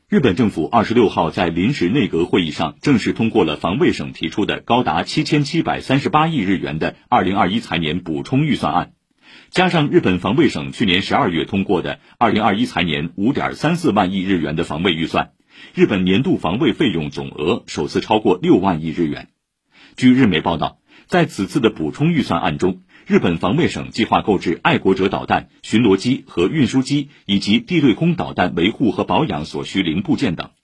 日本政府26号在临时内阁会议上正式通过了防卫省提出的高达7738亿日元的2021财年补充预算案，加上日本防卫省去年12月通过的2021财年 5.34 万亿日元的防卫预算，日本年度防卫费用总额首次超过6万亿日元。据日媒报道，在此次的补充预算案中，日本防卫省计划购置爱国者导弹、巡逻机和运输机以及地对空导弹维护和保养所需零部件等。